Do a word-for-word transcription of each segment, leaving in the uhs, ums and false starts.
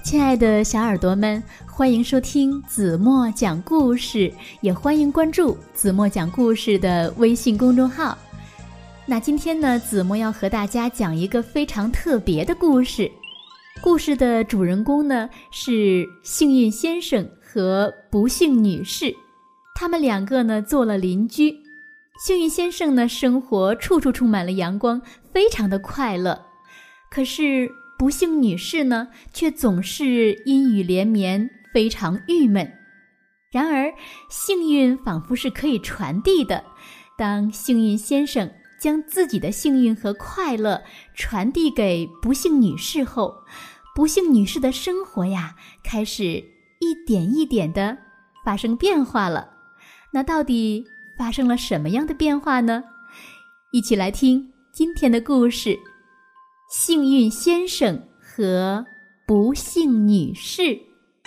亲爱的小耳朵们，欢迎收听子墨讲故事，也欢迎关注子墨讲故事的微信公众号。那今天呢，子墨要和大家讲一个非常特别的故事。故事的主人公呢是幸运先生和不幸女士，他们两个呢做了邻居。幸运先生呢生活处处充满了阳光，非常的快乐。可是不幸女士呢却总是阴雨连绵，非常郁闷。然而幸运仿佛是可以传递的，当幸运先生将自己的幸运和快乐传递给不幸女士后，不幸女士的生活呀开始一点一点地发生变化了。那到底发生了什么样的变化呢？一起来听今天的故事：幸运先生和不幸女士。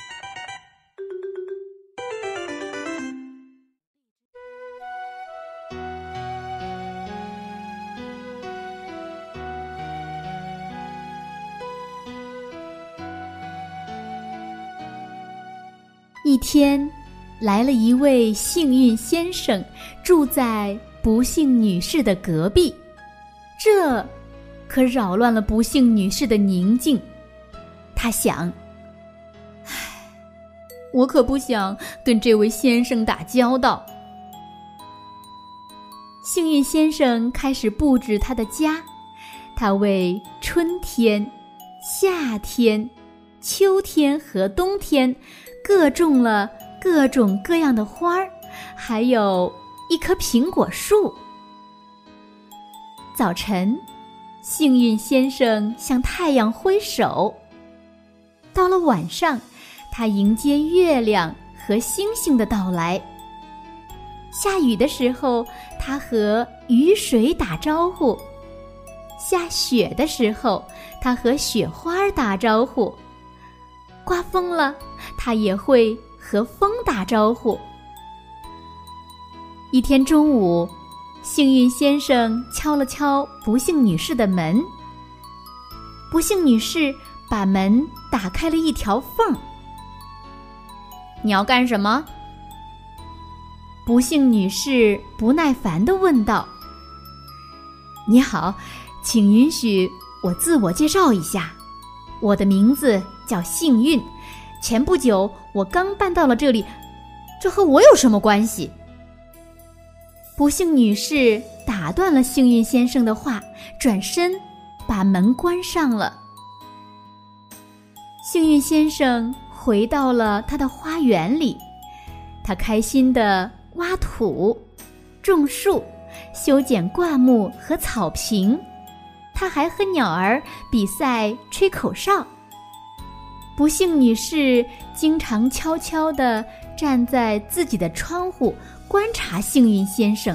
一天，来了一位幸运先生，住在不幸女士的隔壁。这可扰乱了不幸女士的宁静。她想，唉，我可不想跟这位先生打交道。幸运先生开始布置他的家，他为春天、夏天、秋天和冬天各种了各种各样的花儿，还有一棵苹果树。早晨，幸运先生向太阳挥手。到了晚上，他迎接月亮和星星的到来。下雨的时候，他和雨水打招呼；下雪的时候，他和雪花打招呼；刮风了，他也会和风打招呼。一天中午，幸运先生敲了敲不幸女士的门。不幸女士把门打开了一条缝。你要干什么？不幸女士不耐烦地问道。你好，请允许我自我介绍一下，我的名字叫幸运，前不久我刚搬到了这里，这和我有什么关系？不幸女士打断了幸运先生的话，转身把门关上了。幸运先生回到了他的花园里，他开心地挖土、种树、修剪灌木和草坪，他还和鸟儿比赛吹口哨。不幸女士经常悄悄地站在自己的窗户观察幸运先生。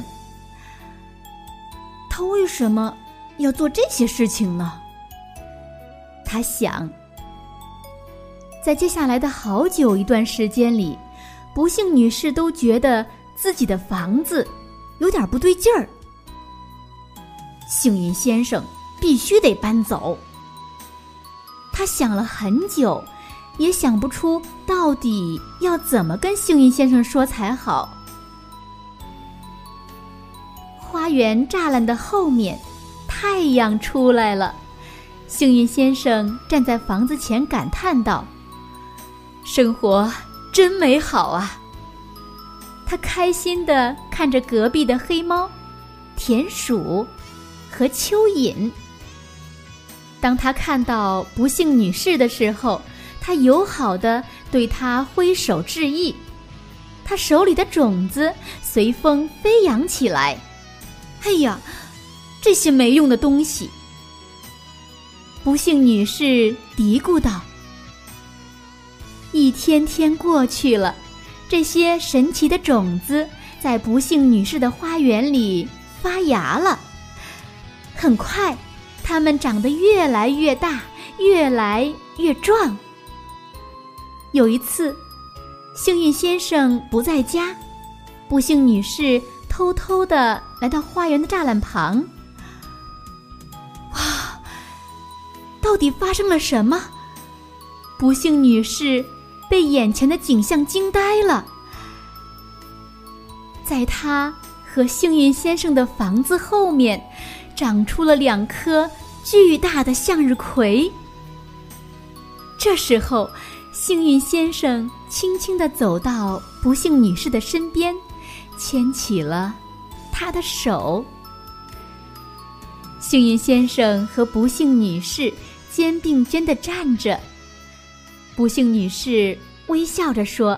他为什么要做这些事情呢？他想。在接下来的好久一段时间里，不幸女士都觉得自己的房子有点不对劲儿。幸运先生必须得搬走。他想了很久，也想不出到底要怎么跟幸运先生说才好。花园栅栏的后面，太阳出来了。幸运先生站在房子前感叹道：生活真美好啊！他开心地看着隔壁的黑猫、田鼠和蚯蚓。当他看到不幸女士的时候，他友好地对她挥手致意，他手里的种子随风飞扬起来。哎呀，这些没用的东西！不幸女士嘀咕道。一天天过去了，这些神奇的种子在不幸女士的花园里发芽了。很快，它们长得越来越大，越来越壮。有一次，幸运先生不在家，不幸女士偷偷地来到花园的栅栏旁。哇，到底发生了什么？ 不幸女士被眼前的景象惊呆了。在她和幸运先生的房子后面，长出了两颗巨大的向日葵。这时候，幸运先生轻轻地走到不幸女士的身边，牵起了她的手。幸运先生和不幸女士肩并肩地站着，不幸女士微笑着说：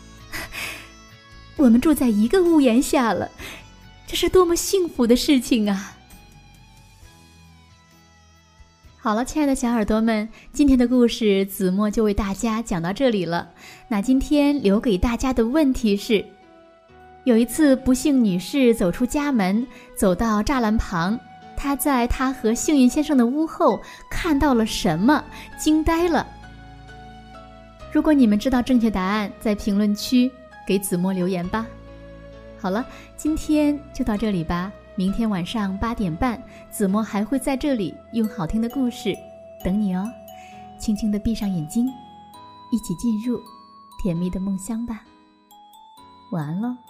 我们住在一个屋檐下了，这是多么幸福的事情啊！好了，亲爱的小耳朵们，今天的故事子墨就为大家讲到这里了。那今天留给大家的问题是，有一次不幸女士走出家门，走到栅栏旁，她在她和幸运先生的屋后看到了什么，惊呆了。如果你们知道正确答案，在评论区给子墨留言吧。好了，今天就到这里吧。明天晚上八点半，子墨还会在这里用好听的故事等你哦。轻轻地闭上眼睛，一起进入甜蜜的梦乡吧。晚安喽。